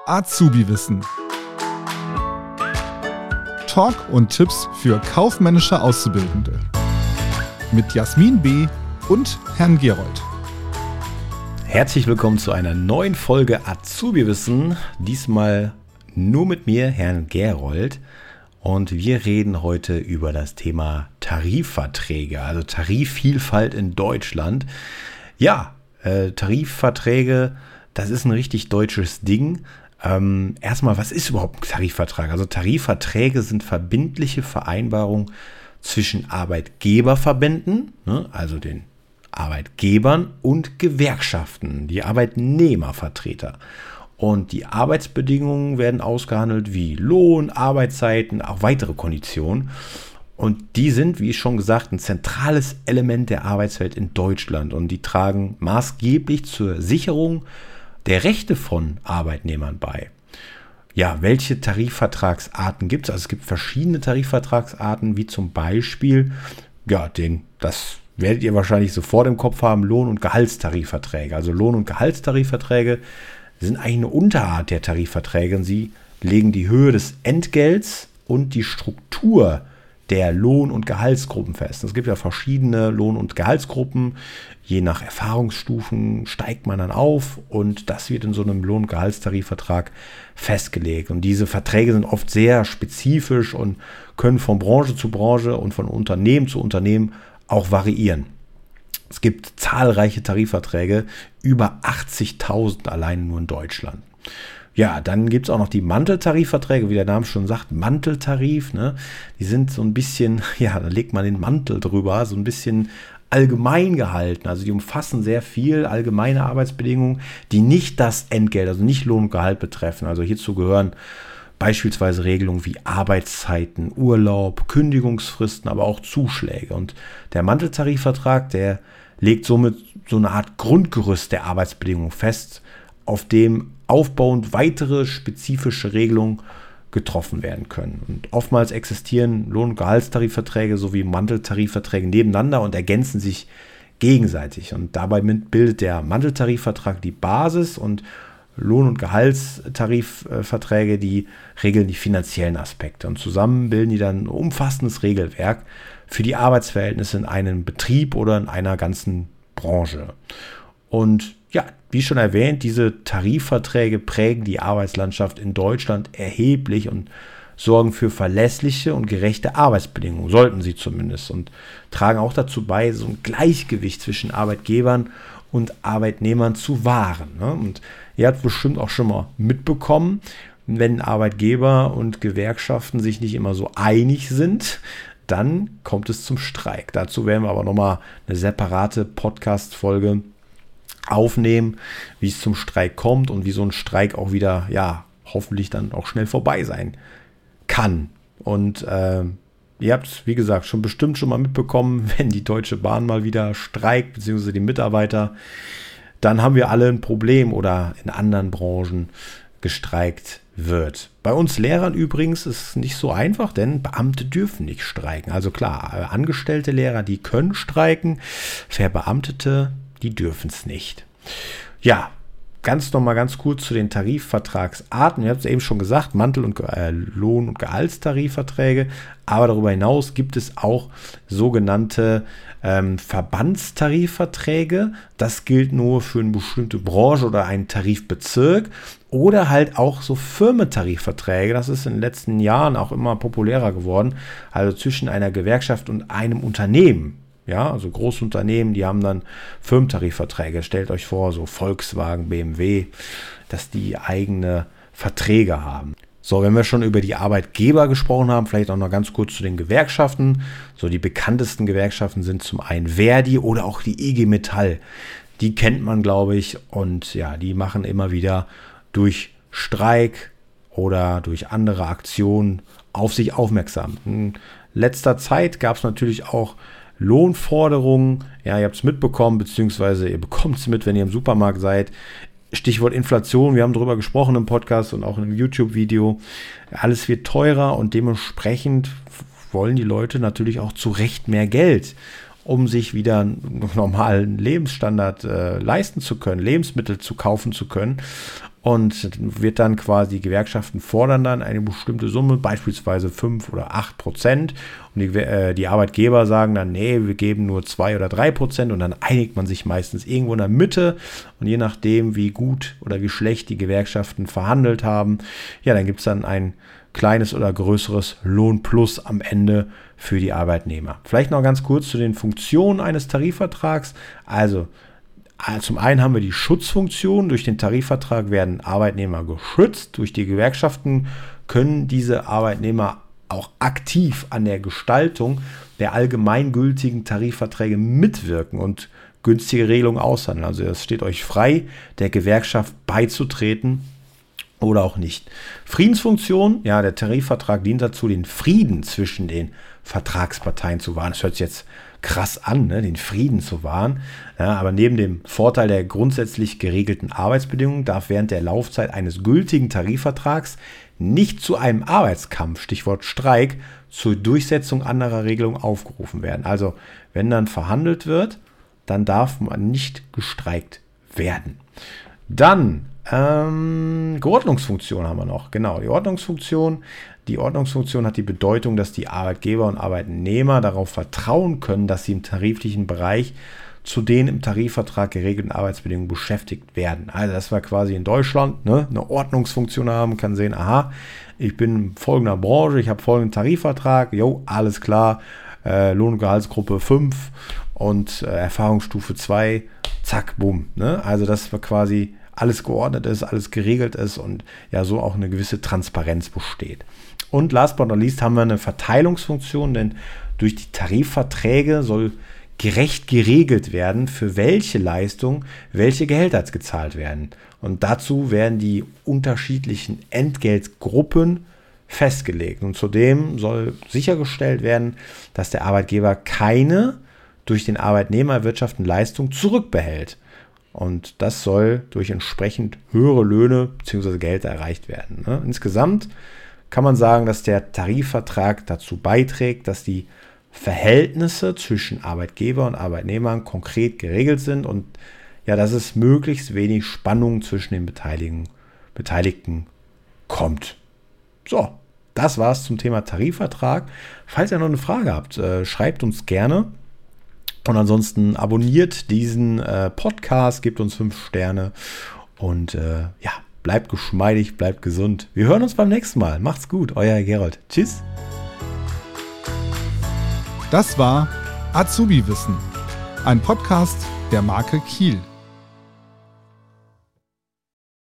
Azubi-Wissen. Talk und Tipps für kaufmännische Auszubildende. Mit Jasmin B. und Herrn Gerold. Herzlich willkommen zu einer neuen Folge Azubi-Wissen. Diesmal nur mit mir, Herrn Gerold. Und wir reden heute über das Thema Tarifverträge, also Tarifvielfalt in Deutschland. Ja, Tarifverträge, das ist ein richtig deutsches Ding. Erstmal, was ist überhaupt ein Tarifvertrag? Also Tarifverträge sind verbindliche Vereinbarungen zwischen Arbeitgeberverbänden, also den Arbeitgebern, und Gewerkschaften, die Arbeitnehmervertreter. Und die Arbeitsbedingungen werden ausgehandelt wie Lohn, Arbeitszeiten, auch weitere Konditionen. Und die sind, wie schon gesagt, ein zentrales Element der Arbeitswelt in Deutschland. Und die tragen maßgeblich zur Sicherung der Rechte von Arbeitnehmern bei. Ja, welche Tarifvertragsarten gibt es? Also es gibt verschiedene Tarifvertragsarten, wie zum Beispiel, das werdet ihr wahrscheinlich sofort im Kopf haben, Lohn- und Gehaltstarifverträge. Also Lohn- und Gehaltstarifverträge sind eigentlich eine Unterart der Tarifverträge und sie legen die Höhe des Entgelts und die Struktur der Lohn- und Gehaltsgruppen fest. Es gibt ja verschiedene Lohn- und Gehaltsgruppen. Je nach Erfahrungsstufen steigt man dann auf und das wird in so einem Lohn- und Gehaltstarifvertrag festgelegt. Und diese Verträge sind oft sehr spezifisch und können von Branche zu Branche und von Unternehmen zu Unternehmen auch variieren. Es gibt zahlreiche Tarifverträge, über 80.000 allein nur in Deutschland. Ja, dann gibt es auch noch die Manteltarifverträge, wie der Name schon sagt, Manteltarif. Ne? Die sind so ein bisschen, da legt man den Mantel drüber, so ein bisschen allgemein gehalten. Also die umfassen sehr viel allgemeine Arbeitsbedingungen, die nicht das Entgelt, also nicht Lohn und Gehalt betreffen. Also hierzu gehören beispielsweise Regelungen wie Arbeitszeiten, Urlaub, Kündigungsfristen, aber auch Zuschläge. Und der Manteltarifvertrag, der legt somit so eine Art Grundgerüst der Arbeitsbedingungen fest, auf dem aufbauend weitere spezifische Regelungen getroffen werden können. Und oftmals existieren Lohn- und Gehaltstarifverträge sowie Manteltarifverträge nebeneinander und ergänzen sich gegenseitig. Und dabei bildet der Manteltarifvertrag die Basis und Lohn- und Gehaltstarifverträge, die regeln die finanziellen Aspekte. Und zusammen bilden die dann ein umfassendes Regelwerk für die Arbeitsverhältnisse in einem Betrieb oder in einer ganzen Branche. Und ja, wie schon erwähnt, diese Tarifverträge prägen die Arbeitslandschaft in Deutschland erheblich und sorgen für verlässliche und gerechte Arbeitsbedingungen, sollten sie zumindest, und tragen auch dazu bei, so ein Gleichgewicht zwischen Arbeitgebern und Arbeitnehmern zu wahren. Ne? Und ihr habt bestimmt auch schon mal mitbekommen, wenn Arbeitgeber und Gewerkschaften sich nicht immer so einig sind, dann kommt es zum Streik. Dazu werden wir aber nochmal eine separate Podcast-Folge aufnehmen, wie es zum Streik kommt und wie so ein Streik auch wieder, hoffentlich dann auch schnell vorbei sein kann. Und ihr habt, wie gesagt, bestimmt schon mal mitbekommen, wenn die Deutsche Bahn mal wieder streikt, beziehungsweise die Mitarbeiter, dann haben wir alle ein Problem oder in anderen Branchen gestreikt wird. Bei uns Lehrern übrigens ist es nicht so einfach, denn Beamte dürfen nicht streiken. Also klar, angestellte Lehrer, die können streiken, Verbeamtete, die dürfen es nicht. Ja, ganz kurz zu den Tarifvertragsarten. Ihr habt es eben schon gesagt, Mantel- und Lohn- und Gehaltstarifverträge. Aber darüber hinaus gibt es auch sogenannte Verbandstarifverträge. Das gilt nur für eine bestimmte Branche oder einen Tarifbezirk. Oder halt auch so Firmentarifverträge. Das ist in den letzten Jahren auch immer populärer geworden. Also zwischen einer Gewerkschaft und einem Unternehmen. Ja, also Großunternehmen, die haben dann Firmentarifverträge. Stellt euch vor, so Volkswagen, BMW, dass die eigene Verträge haben. So, wenn wir schon über die Arbeitgeber gesprochen haben, vielleicht auch noch ganz kurz zu den Gewerkschaften. So, die bekanntesten Gewerkschaften sind zum einen Verdi oder auch die IG Metall. Die kennt man, glaube ich, und ja, die machen immer wieder durch Streik oder durch andere Aktionen auf sich aufmerksam. In letzter Zeit gab es natürlich auch Lohnforderungen, ihr habt es mitbekommen, beziehungsweise ihr bekommt es mit, wenn ihr im Supermarkt seid. Stichwort Inflation, wir haben darüber gesprochen im Podcast und auch in einem YouTube-Video. Alles wird teurer und dementsprechend wollen die Leute natürlich auch zu Recht mehr Geld. um sich wieder einen normalen Lebensstandard leisten zu können, Lebensmittel zu kaufen zu können. und wird dann quasi, die Gewerkschaften fordern dann eine bestimmte Summe, beispielsweise 5 oder 8%, und die Arbeitgeber sagen dann, nee, wir geben nur 2 oder 3%, und dann einigt man sich meistens irgendwo in der Mitte, und je nachdem, wie gut oder wie schlecht die Gewerkschaften verhandelt haben, ja, dann gibt es dann ein kleines oder größeres Lohnplus am Ende für die Arbeitnehmer. Vielleicht noch ganz kurz zu den Funktionen eines Tarifvertrags. Also zum einen haben wir die Schutzfunktion. Durch den Tarifvertrag werden Arbeitnehmer geschützt. Durch die Gewerkschaften können diese Arbeitnehmer auch aktiv an der Gestaltung der allgemeingültigen Tarifverträge mitwirken und günstige Regelungen aushandeln. Also es steht euch frei, der Gewerkschaft beizutreten oder auch nicht. Friedensfunktion, ja, der Tarifvertrag dient dazu, den Frieden zwischen den Vertragsparteien zu wahren. Das hört sich jetzt krass an, ne? Den Frieden zu wahren. Ja, aber neben dem Vorteil der grundsätzlich geregelten Arbeitsbedingungen darf während der Laufzeit eines gültigen Tarifvertrags nicht zu einem Arbeitskampf, Stichwort Streik, zur Durchsetzung anderer Regelungen aufgerufen werden. Also wenn dann verhandelt wird, dann darf man nicht gestreikt werden. Dann Geordnungsfunktion haben wir noch. Genau, die Ordnungsfunktion. Die Ordnungsfunktion hat die Bedeutung, dass die Arbeitgeber und Arbeitnehmer darauf vertrauen können, dass sie im tariflichen Bereich zu den im Tarifvertrag geregelten Arbeitsbedingungen beschäftigt werden. Also das war quasi in Deutschland, ne, eine Ordnungsfunktion haben, kann sehen, aha, ich bin in folgender Branche, ich habe folgenden Tarifvertrag, jo, alles klar, Lohn- und Gehaltsgruppe 5 und Erfahrungsstufe 2, zack, bumm. Ne? Also das war quasi alles geordnet ist, alles geregelt ist und ja so auch eine gewisse Transparenz besteht. Und last but not least haben wir eine Verteilungsfunktion, denn durch die Tarifverträge soll gerecht geregelt werden, für welche Leistung welche Gehälter gezahlt werden. Und dazu werden die unterschiedlichen Entgeltgruppen festgelegt. Und zudem soll sichergestellt werden, dass der Arbeitgeber keine durch den Arbeitnehmer erwirtschafteten Leistung zurückbehält. Und das soll durch entsprechend höhere Löhne bzw. Gehälter erreicht werden. Insgesamt kann man sagen, dass der Tarifvertrag dazu beiträgt, dass die Verhältnisse zwischen Arbeitgeber und Arbeitnehmern konkret geregelt sind und ja, dass es möglichst wenig Spannung zwischen den Beteiligten kommt. So, das war's zum Thema Tarifvertrag. Falls ihr noch eine Frage habt, schreibt uns gerne. Und ansonsten abonniert diesen Podcast, gebt uns 5 Sterne und ja, bleibt geschmeidig, bleibt gesund. Wir hören uns beim nächsten Mal. Macht's gut, euer Herr Gerold. Tschüss. Das war Azubi Wissen, ein Podcast der Marke Kiel.